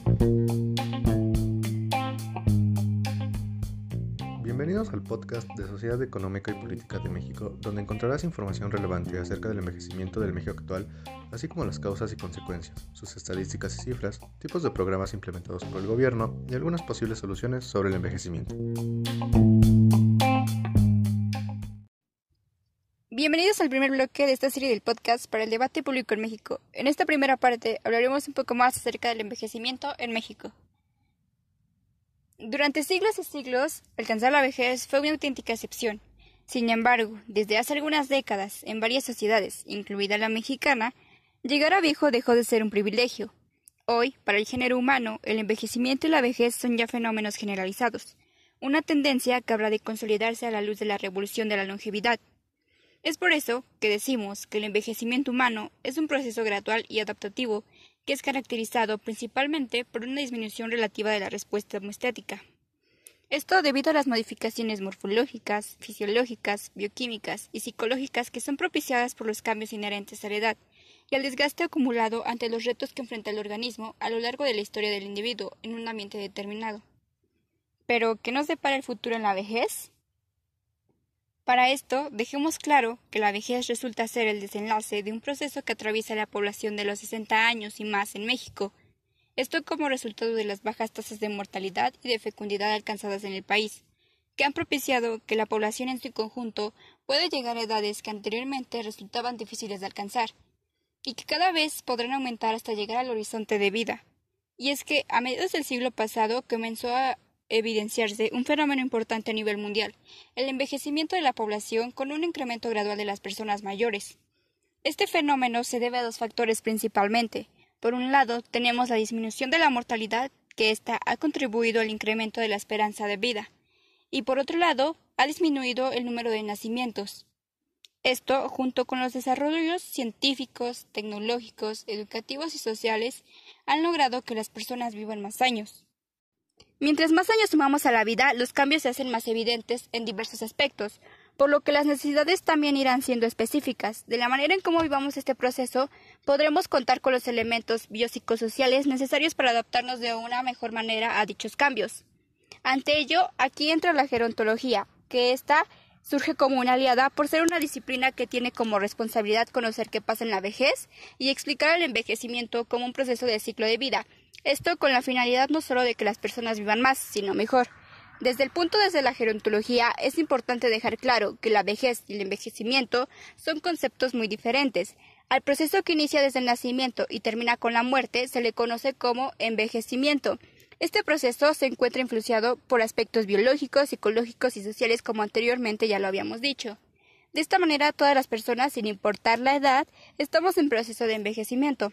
Bienvenidos al podcast de Sociedad Económica y Política de México, donde encontrarás información relevante acerca del envejecimiento del México actual, así como las causas y consecuencias, sus estadísticas y cifras, tipos de programas implementados por el gobierno y algunas posibles soluciones sobre el envejecimiento. Bienvenidos al primer bloque de esta serie del podcast para el debate público en México. En esta primera parte hablaremos un poco más acerca del envejecimiento en México. Durante siglos y siglos, alcanzar la vejez fue una auténtica excepción. Sin embargo, desde hace algunas décadas, en varias sociedades, incluida la mexicana, llegar a viejo dejó de ser un privilegio. Hoy, para el género humano, el envejecimiento y la vejez son ya fenómenos generalizados, una tendencia que habrá de consolidarse a la luz de la revolución de la longevidad. Es por eso que decimos que el envejecimiento humano es un proceso gradual y adaptativo que es caracterizado principalmente por una disminución relativa de la respuesta hemostática. Esto debido a las modificaciones morfológicas, fisiológicas, bioquímicas y psicológicas que son propiciadas por los cambios inherentes a la edad y al desgaste acumulado ante los retos que enfrenta el organismo a lo largo de la historia del individuo en un ambiente determinado. Pero, ¿qué nos depara el futuro en la vejez? Para esto, dejemos claro que la vejez resulta ser el desenlace de un proceso que atraviesa la población de los 60 años y más en México, esto como resultado de las bajas tasas de mortalidad y de fecundidad alcanzadas en el país, que han propiciado que la población en su conjunto pueda llegar a edades que anteriormente resultaban difíciles de alcanzar, y que cada vez podrán aumentar hasta llegar al horizonte de vida. Y es que a mediados del siglo pasado comenzó a evidenciarse un fenómeno importante a nivel mundial, el envejecimiento de la población con un incremento gradual de las personas mayores. Este fenómeno se debe a dos factores principalmente. Por un lado, tenemos la disminución de la mortalidad, que ésta ha contribuido al incremento de la esperanza de vida, y por otro lado, ha disminuido el número de nacimientos. Esto, junto con los desarrollos científicos, tecnológicos, educativos y sociales, han logrado que las personas vivan más años. Mientras más años sumamos a la vida, los cambios se hacen más evidentes en diversos aspectos, por lo que las necesidades también irán siendo específicas. De la manera en cómo vivamos este proceso, podremos contar con los elementos biopsicosociales necesarios para adaptarnos de una mejor manera a dichos cambios. Ante ello, aquí entra la gerontología, que ésta surge como una aliada por ser una disciplina que tiene como responsabilidad conocer qué pasa en la vejez y explicar el envejecimiento como un proceso de ciclo de vida. Esto con la finalidad no solo de que las personas vivan más, sino mejor. Desde la gerontología es importante dejar claro que la vejez y el envejecimiento son conceptos muy diferentes. Al proceso que inicia desde el nacimiento y termina con la muerte se le conoce como envejecimiento. Este proceso se encuentra influenciado por aspectos biológicos, psicológicos y sociales como anteriormente ya lo habíamos dicho. De esta manera todas las personas, sin importar la edad, estamos en proceso de envejecimiento.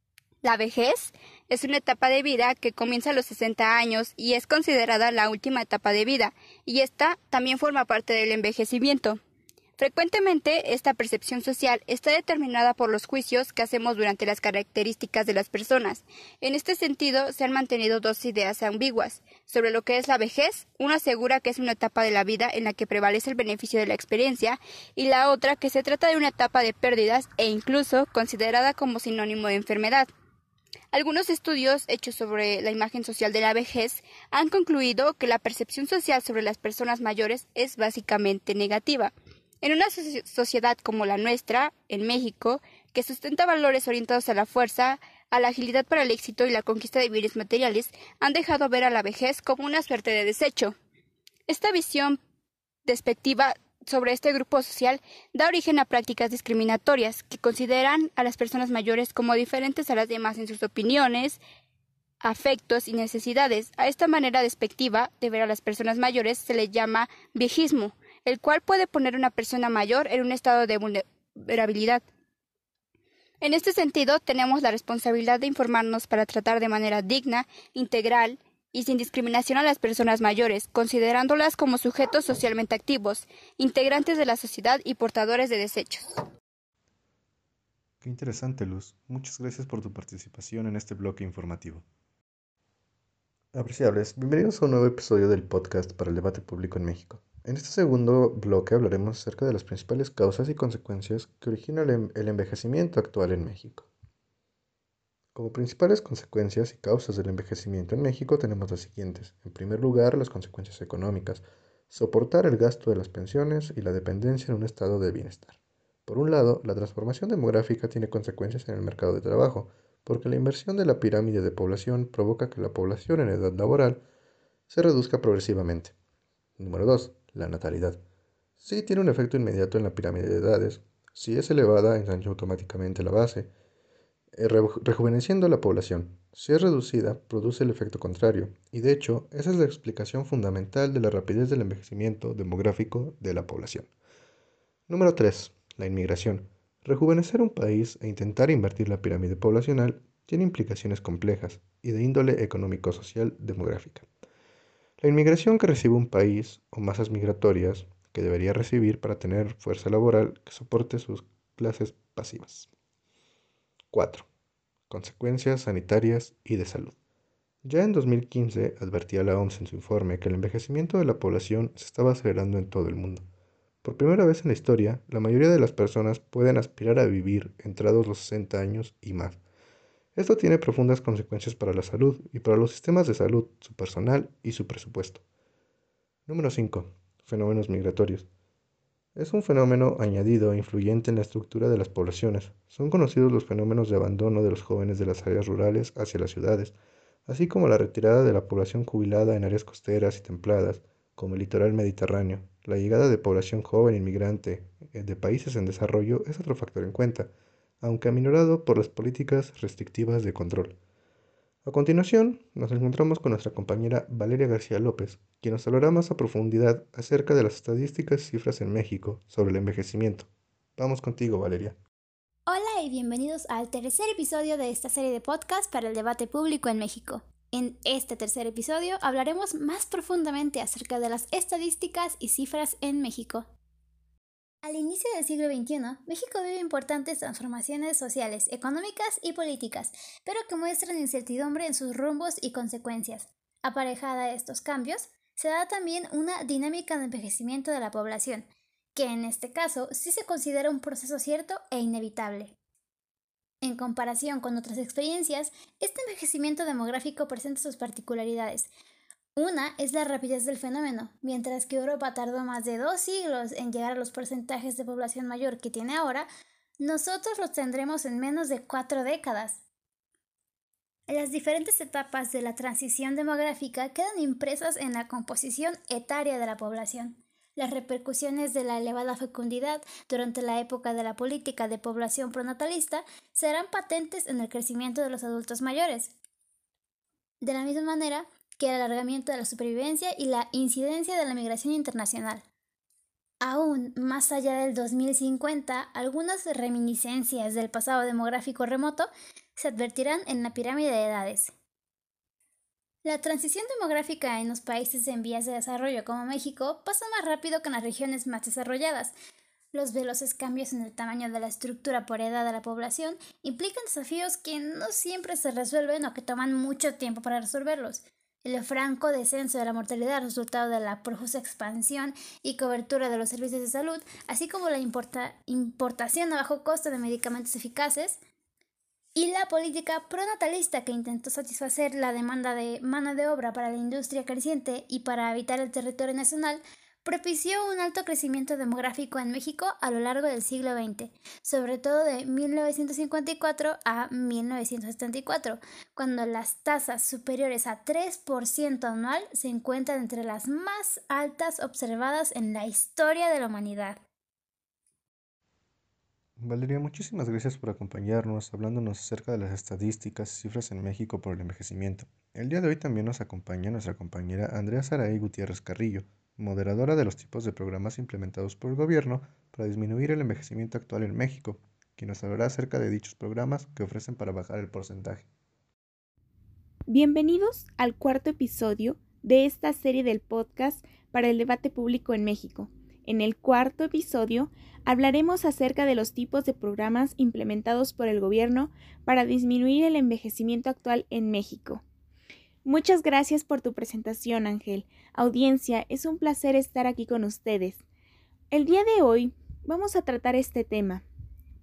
La vejez es una etapa de vida que comienza a los 60 años y es considerada la última etapa de vida, y esta también forma parte del envejecimiento. Frecuentemente, esta percepción social está determinada por los juicios que hacemos durante las características de las personas. En este sentido, se han mantenido dos ideas ambiguas. Sobre lo que es la vejez, una asegura que es una etapa de la vida en la que prevalece el beneficio de la experiencia, y la otra que se trata de una etapa de pérdidas e incluso considerada como sinónimo de enfermedad. Algunos estudios hechos sobre la imagen social de la vejez han concluido que la percepción social sobre las personas mayores es básicamente negativa. En una sociedad como la nuestra, en México, que sustenta valores orientados a la fuerza, a la agilidad para el éxito y la conquista de bienes materiales, han dejado ver a la vejez como una suerte de desecho. Esta visión despectiva sobre este grupo social da origen a prácticas discriminatorias que consideran a las personas mayores como diferentes a las demás en sus opiniones, afectos y necesidades. A esta manera despectiva de ver a las personas mayores se le llama viejismo, el cual puede poner a una persona mayor en un estado de vulnerabilidad. En este sentido, tenemos la responsabilidad de informarnos para tratar de manera digna, integral y sin discriminación a las personas mayores, considerándolas como sujetos socialmente activos, integrantes de la sociedad y portadores de derechos. Qué interesante, Luz. Muchas gracias por tu participación en este bloque informativo. Apreciables, bienvenidos a un nuevo episodio del podcast para el debate público en México. En este segundo bloque hablaremos acerca de las principales causas y consecuencias que originan el envejecimiento actual en México. Como principales consecuencias y causas del envejecimiento en México tenemos las siguientes. En primer lugar, las consecuencias económicas. Soportar el gasto de las pensiones y la dependencia en un estado de bienestar. Por un lado, la transformación demográfica tiene consecuencias en el mercado de trabajo, porque la inversión de la pirámide de población provoca que la población en edad laboral se reduzca progresivamente. Número 2. La natalidad. Sí tiene un efecto inmediato en la pirámide de edades. Si es elevada, ensancha automáticamente la base rejuveneciendo la población. Si es reducida, produce el efecto contrario, y de hecho, esa es la explicación fundamental de la rapidez del envejecimiento demográfico de la población. Número 3. La inmigración. Rejuvenecer un país e intentar invertir la pirámide poblacional tiene implicaciones complejas y de índole económico-social demográfica. La inmigración que recibe un país o masas migratorias que debería recibir para tener fuerza laboral que soporte sus clases pasivas. 4. Consecuencias sanitarias y de salud. Ya en 2015 advertía la OMS en su informe que el envejecimiento de la población se estaba acelerando en todo el mundo. Por primera vez en la historia, la mayoría de las personas pueden aspirar a vivir entrados los 60 años y más. Esto tiene profundas consecuencias para la salud y para los sistemas de salud, su personal y su presupuesto. Número 5. Fenómenos migratorios. Es un fenómeno añadido e influyente en la estructura de las poblaciones. Son conocidos los fenómenos de abandono de los jóvenes de las áreas rurales hacia las ciudades, así como la retirada de la población jubilada en áreas costeras y templadas, como el litoral mediterráneo. La llegada de población joven inmigrante de países en desarrollo es otro factor en cuenta, aunque aminorado por las políticas restrictivas de control. A continuación, nos encontramos con nuestra compañera Valeria García López, quien nos hablará más a profundidad acerca de las estadísticas y cifras en México sobre el envejecimiento. Vamos contigo, Valeria. Hola y bienvenidos al tercer episodio de esta serie de podcast para el debate público en México. En este tercer episodio hablaremos más profundamente acerca de las estadísticas y cifras en México. Al inicio del siglo XXI, México vive importantes transformaciones sociales, económicas y políticas, pero que muestran incertidumbre en sus rumbos y consecuencias. Aparejada a estos cambios, se da también una dinámica de envejecimiento de la población, que en este caso sí se considera un proceso cierto e inevitable. En comparación con otras experiencias, este envejecimiento demográfico presenta sus particularidades. Una es la rapidez del fenómeno. Mientras que Europa tardó más de 2 siglos en llegar a los porcentajes de población mayor que tiene ahora, nosotros los tendremos en menos de 4 décadas. Las diferentes etapas de la transición demográfica quedan impresas en la composición etaria de la población. Las repercusiones de la elevada fecundidad durante la época de la política de población pronatalista serán patentes en el crecimiento de los adultos mayores. De la misma manera que el alargamiento de la supervivencia y la incidencia de la migración internacional. Aún más allá del 2050, algunas reminiscencias del pasado demográfico remoto se advertirán en la pirámide de edades. La transición demográfica en los países en vías de desarrollo como México pasa más rápido que en las regiones más desarrolladas. Los veloces cambios en el tamaño de la estructura por edad de la población implican desafíos que no siempre se resuelven o que toman mucho tiempo para resolverlos. El franco descenso de la mortalidad resultado de la profusa expansión y cobertura de los servicios de salud, así como la importación a bajo costo de medicamentos eficaces, y la política pronatalista que intentó satisfacer la demanda de mano de obra para la industria creciente y para habitar el territorio nacional, propició un alto crecimiento demográfico en México a lo largo del siglo XX, sobre todo de 1954 a 1974, cuando las tasas superiores a 3% anual se encuentran entre las más altas observadas en la historia de la humanidad. Valeria, muchísimas gracias por acompañarnos, hablándonos acerca de las estadísticas y cifras en México por el envejecimiento. El día de hoy también nos acompaña nuestra compañera Andrea Saraí Gutiérrez Carrillo, moderadora de los tipos de programas implementados por el gobierno para disminuir el envejecimiento actual en México, quien nos hablará acerca de dichos programas que ofrecen para bajar el porcentaje. Bienvenidos al cuarto episodio de esta serie del podcast para el debate público en México. En el cuarto episodio hablaremos acerca de los tipos de programas implementados por el gobierno para disminuir el envejecimiento actual en México. Muchas gracias por tu presentación, Ángel. Audiencia, es un placer estar aquí con ustedes. El día de hoy vamos a tratar este tema.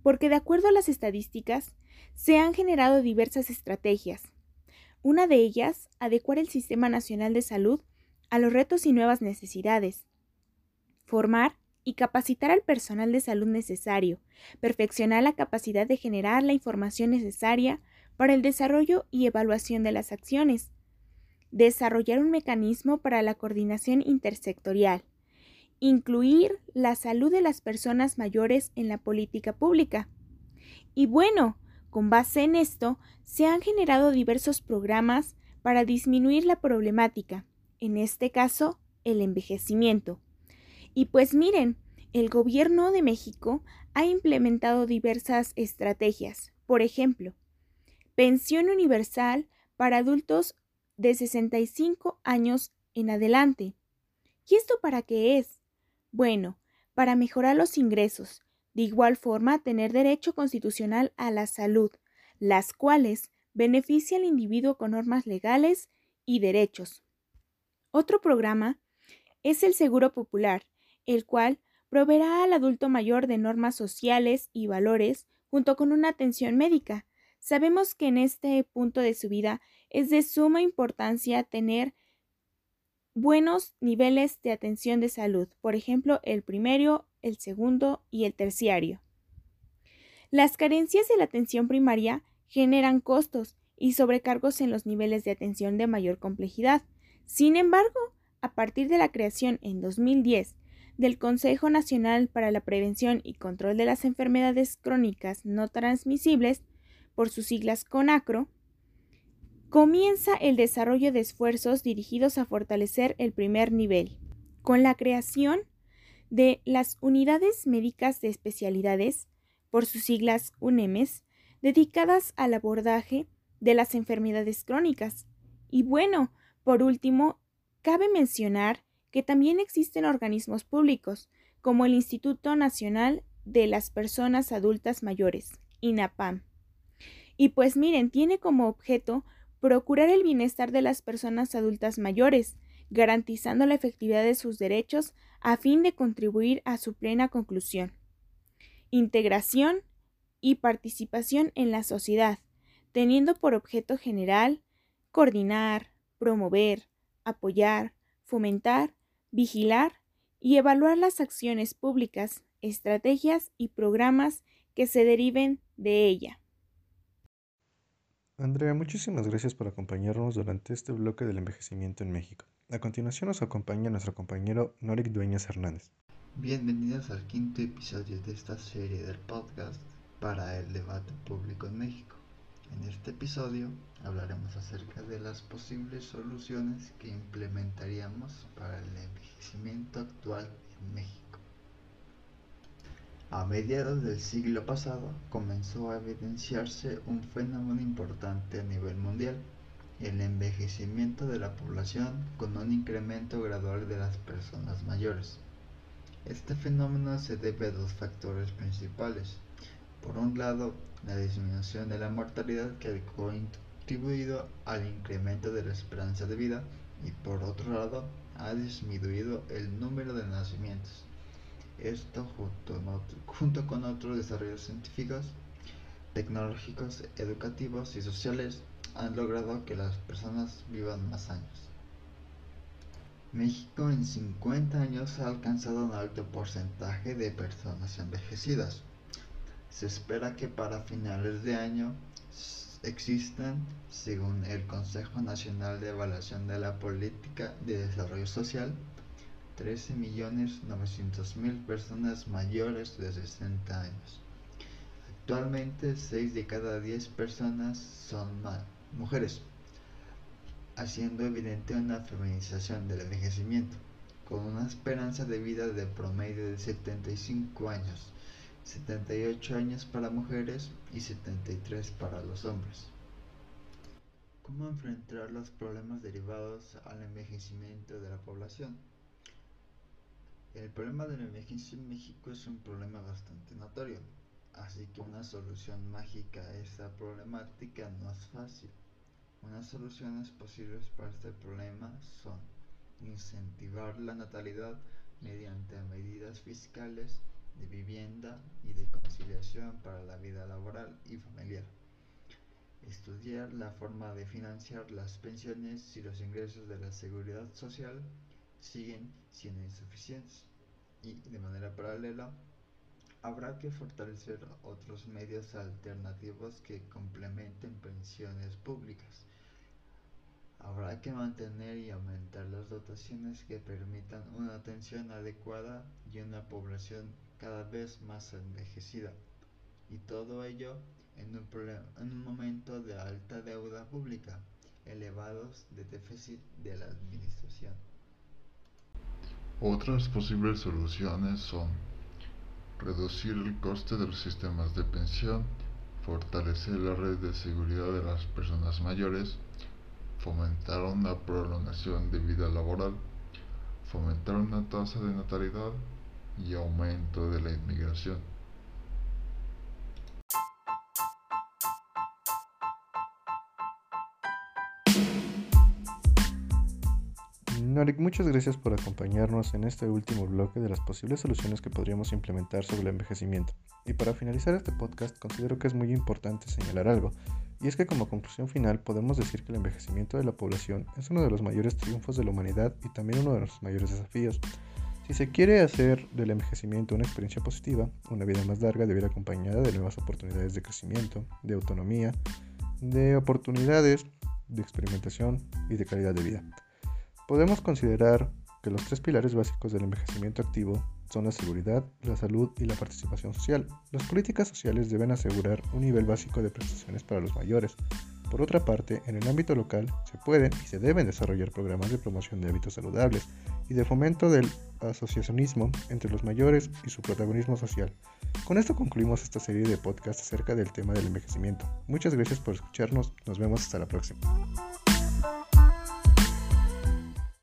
porque de acuerdo a las estadísticas, se han generado diversas estrategias. Una de ellas, adecuar el Sistema Nacional de Salud a los retos y nuevas necesidades, formar y capacitar al personal de salud necesario, perfeccionar la capacidad de generar la información necesaria para el desarrollo y evaluación de las acciones, desarrollar un mecanismo para la coordinación intersectorial, incluir la salud de las personas mayores en la política pública. Y bueno, con base en esto, se han generado diversos programas para disminuir la problemática, en este caso, el envejecimiento. Y pues miren, el gobierno de México ha implementado diversas estrategias. Por ejemplo, pensión universal para adultos de 65 años en adelante. ¿Y esto para qué es? Bueno, para mejorar los ingresos. De igual forma, tener derecho constitucional a la salud, las cuales beneficia al individuo con normas legales y derechos. Otro programa es el Seguro Popular, el cual proveerá al adulto mayor de normas sociales y valores junto con una atención médica. Sabemos que en este punto de su vida es de suma importancia tener buenos niveles de atención de salud, por ejemplo, el primero, el segundo y el terciario. Las carencias de la atención primaria generan costos y sobrecargos en los niveles de atención de mayor complejidad. Sin embargo, a partir de la creación en 2010 del Consejo Nacional para la Prevención y Control de las Enfermedades Crónicas No Transmisibles, por sus siglas CONACRO, comienza el desarrollo de esfuerzos dirigidos a fortalecer el primer nivel, con la creación de las Unidades Médicas de Especialidades, por sus siglas UNEMES, dedicadas al abordaje de las enfermedades crónicas. Y bueno, por último, cabe mencionar que también existen organismos públicos, como el Instituto Nacional de las Personas Adultas Mayores, INAPAM. Y pues miren, tiene como objeto procurar el bienestar de las personas adultas mayores, garantizando la efectividad de sus derechos a fin de contribuir a su plena conclusión, integración y participación en la sociedad, teniendo por objeto general coordinar, promover, apoyar, fomentar, vigilar y evaluar las acciones públicas, estrategias y programas que se deriven de ella. Andrea, muchísimas gracias por acompañarnos durante este bloque del envejecimiento en México. A continuación nos acompaña nuestro compañero Norik Dueñas Hernández. Bienvenidos al quinto episodio de esta serie del podcast para el debate público en México. En este episodio hablaremos acerca de las posibles soluciones que implementaríamos para el envejecimiento actual en México. A mediados del siglo pasado comenzó a evidenciarse un fenómeno importante a nivel mundial, el envejecimiento de la población con un incremento gradual de las personas mayores. Este fenómeno se debe a dos factores principales. Por un lado, la disminución de la mortalidad que ha contribuido al incremento de la esperanza de vida y por otro lado, ha disminuido el número de nacimientos. Esto junto con otros desarrollos científicos, tecnológicos, educativos y sociales han logrado que las personas vivan más años. México en 50 años ha alcanzado un alto porcentaje de personas envejecidas. Se espera que para finales de año existan, según el Consejo Nacional de Evaluación de la Política de Desarrollo Social, 13.900.000 personas mayores de 60 años. Actualmente 6 de cada 10 personas son mujeres, haciendo evidente una feminización del envejecimiento, con una esperanza de vida de promedio de 75 años, 78 años para mujeres y 73 para los hombres. ¿Cómo enfrentar los problemas derivados al envejecimiento de la población? El problema del envejecimiento en México es un problema bastante notorio, así que una solución mágica a esta problemática no es fácil. Unas soluciones posibles para este problema son incentivar la natalidad mediante medidas fiscales de vivienda y de conciliación para la vida laboral y familiar. Estudiar la forma de financiar las pensiones si los ingresos de la seguridad social siguen siendo insuficientes. Y de manera paralela, habrá que fortalecer otros medios alternativos que complementen pensiones públicas. Habrá que mantener y aumentar las dotaciones que permitan una atención adecuada y una población cada vez más envejecida. Y todo ello en un momento de alta deuda pública, elevados de déficit de la administración. Otras posibles soluciones son reducir el coste de los sistemas de pensión, fortalecer la red de seguridad de las personas mayores, fomentar una prolongación de vida laboral, fomentar una tasa de natalidad y aumento de la inmigración. Norik, muchas gracias por acompañarnos en este último bloque de las posibles soluciones que podríamos implementar sobre el envejecimiento. Y para finalizar este podcast, considero que es muy importante señalar algo, y es que como conclusión final podemos decir que el envejecimiento de la población es uno de los mayores triunfos de la humanidad y también uno de los mayores desafíos. Si se quiere hacer del envejecimiento una experiencia positiva, una vida más larga debe ir acompañada de nuevas oportunidades de crecimiento, de autonomía, de oportunidades, de experimentación y de calidad de vida. Podemos considerar que los tres pilares básicos del envejecimiento activo son la seguridad, la salud y la participación social. Las políticas sociales deben asegurar un nivel básico de prestaciones para los mayores. Por otra parte, en el ámbito local se pueden y se deben desarrollar programas de promoción de hábitos saludables y de fomento del asociacionismo entre los mayores y su protagonismo social. Con esto concluimos esta serie de podcasts acerca del tema del envejecimiento. Muchas gracias por escucharnos, nos vemos hasta la próxima.